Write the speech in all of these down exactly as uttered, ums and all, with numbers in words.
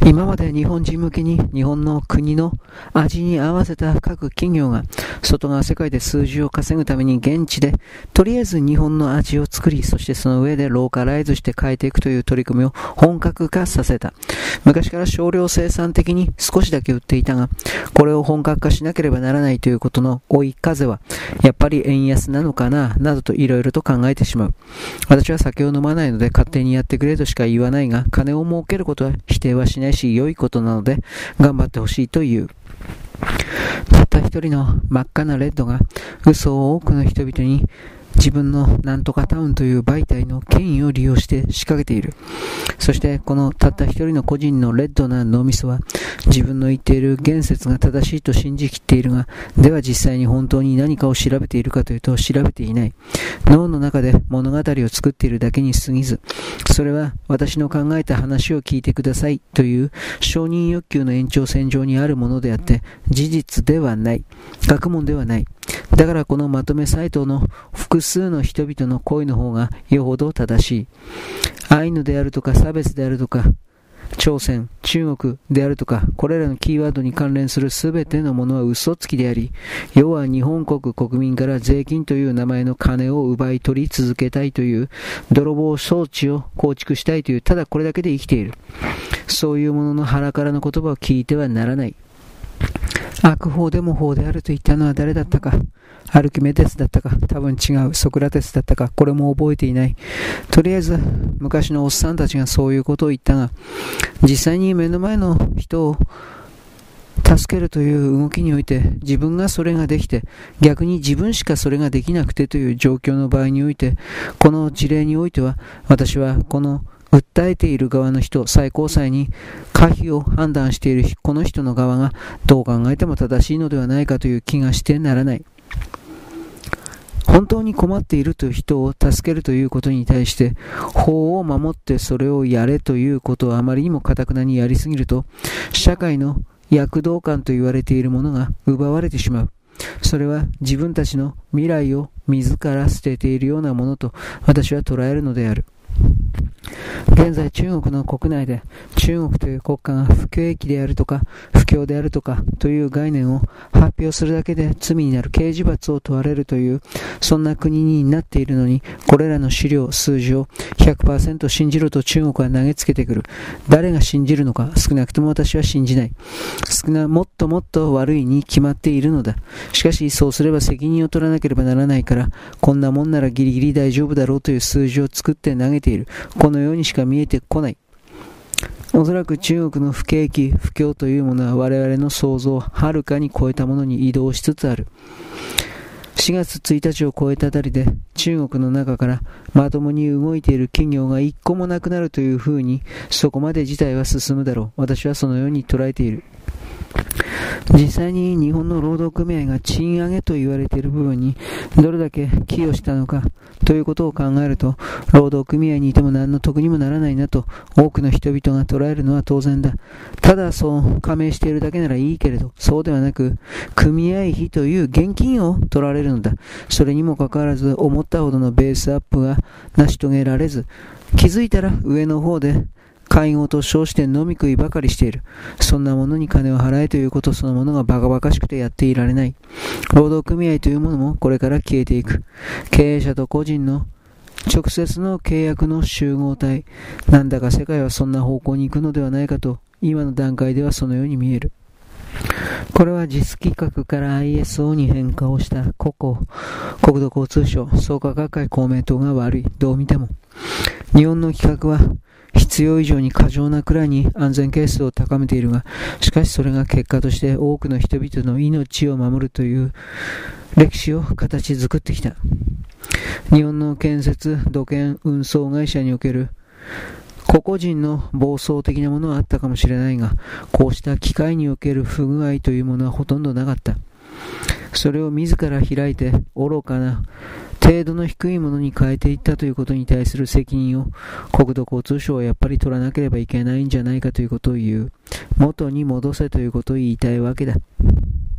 今まで日本人向けに日本の国の味に合わせた各企業が外側世界で数字を稼ぐために現地でとりあえず日本の味を作り、そしてその上でローカライズして変えていくという取り組みを本格化させた。昔から少量生産的に少しだけ売っていたが、これを本格化しなければならないということの追い風はやっぱり円安なのかな、などといろいろと考えてしまう。私は酒を飲まないので勝手にやってくれとしか言わないが、金を儲けることは否定はしないし良いことなので頑張ってほしいという。たった一人の真っ赤なレッドが嘘を多くの人々に自分のなんとかタウンという媒体の権威を利用して仕掛けている。そしてこのたった一人の個人のレッドな脳みそは自分の言っている言説が正しいと信じきっているが、では実際に本当に何かを調べているかというと調べていない。脳の中で物語を作っているだけに過ぎず、それは私の考えた話を聞いてくださいという承認欲求の延長線上にあるものであって事実ではない、学問ではない。だからこのまとめサイトの複数の人々の声の方がよほど正しい。アイヌであるとか差別であるとか朝鮮、中国であるとか、これらのキーワードに関連するすべてのものは嘘つきであり、要は日本国国民から税金という名前の金を奪い取り続けたいという泥棒装置を構築したいという、ただこれだけで生きている。そういうものの腹からの言葉を聞いてはならない。悪法でも法であると言ったのは誰だったか。アルキメデスだったか、多分違う、ソクラテスだったか、これも覚えていない。とりあえず昔のおっさんたちがそういうことを言ったが、実際に目の前の人を助けるという動きにおいて自分がそれができて逆に自分しかそれができなくてという状況の場合において、この事例においては私はこの訴えている側の人、最高裁に可否を判断しているこの人の側がどう考えても正しいのではないかという気がしてならない。本当に困っているという人を助けるということに対して法を守ってそれをやれということをあまりにも堅くなにやりすぎると、社会の躍動感と言われているものが奪われてしまう。それは自分たちの未来を自ら捨てているようなものと私は捉えるのである。現在中国の国内で中国という国家が不景気であるとか不況であるとかという概念を発表するだけで罪になる、刑事罰を問われるというそんな国になっているのに、これらの資料数字を ひゃくパーセント 信じろと中国は投げつけてくる。誰が信じるのか。少なくとも私は信じない。少なもっともっと悪いに決まっているのだ。しかしそうすれば責任を取らなければならないから、こんなもんならギリギリ大丈夫だろうという数字を作って投げている。このようにしか見えてこない。おそらく中国の不景気、不況というものは我々の想像をはるかに超えたものに移動しつつある。しがつついたちを超えたあたりで中国の中からまともに動いている企業が一個もなくなるというふうに、そこまで事態は進むだろう。私はそのように捉えている。実際に日本の労働組合が賃上げと言われている部分にどれだけ寄与したのかということを考えると、労働組合にいても何の得にもならないなと多くの人々が捉えるのは当然だ。ただそう加盟しているだけならいいけれど、そうではなく組合費という現金を取られるのだ。それにもかかわらず思ったほどのベースアップが成し遂げられず、気づいたら上の方で会合と称して飲み食いばかりしている。そんなものに金を払えということそのものがバカバカしくてやっていられない。労働組合というものもこれから消えていく。経営者と個人の直接の契約の集合体。なんだか世界はそんな方向に行くのではないかと今の段階ではそのように見える。これは ジャイエス 規格から アイエスオー に変化をした国交、国土交通省、創価学会公明党が悪い。どう見ても日本の規格は必要以上に過剰なくらいに安全係数を高めているが、しかしそれが結果として多くの人々の命を守るという歴史を形作ってきた。日本の建設、土建、運送会社における個々人の暴走的なものはあったかもしれないが、こうした機械における不具合というものはほとんどなかった。それを自ら開いて愚かな程度の低いものに変えていったということに対する責任を国土交通省はやっぱり取らなければいけないんじゃないかということを言う。元に戻せということを言いたいわけだ。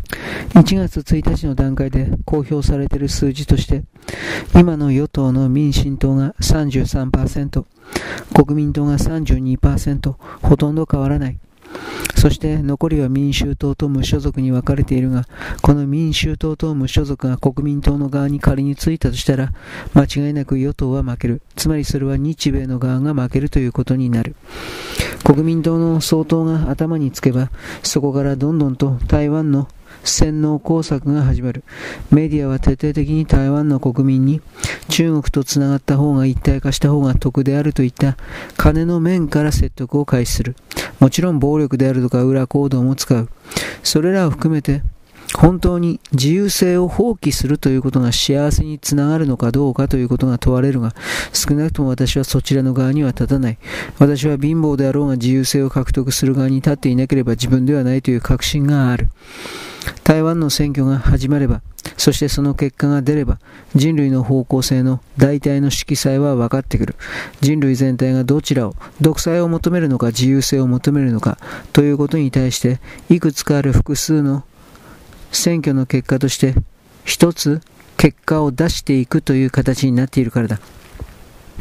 いちがつついたちの段階で公表されている数字として、今の与党の民進党が さんじゅうさんパーセント、国民党が さんじゅうにパーセント、ほとんど変わらない。そして残りは民衆党と無所属に分かれているが、この民衆党と無所属が国民党の側に仮についたとしたら、間違いなく与党は負ける。つまりそれは日米の側が負けるということになる。国民党の総統が頭につけば、そこからどんどんと台湾の洗脳工作が始まる。メディアは徹底的に台湾の国民に中国とつながった方が一体化した方が得であるといった金の面から説得を開始する。もちろん暴力であるとか裏行動も使う。それらを含めて本当に自由性を放棄するということが幸せにつながるのかどうかということが問われるが、少なくとも私はそちらの側には立たない。私は貧乏であろうが自由性を獲得する側に立っていなければ自分ではないという確信がある。台湾の選挙が始まれば、そしてその結果が出れば、人類の方向性の大体の色彩は分かってくる。人類全体がどちらを、独裁を求めるのか自由性を求めるのかということに対して、いくつかある複数の選挙の結果として、一つ結果を出していくという形になっているからだ。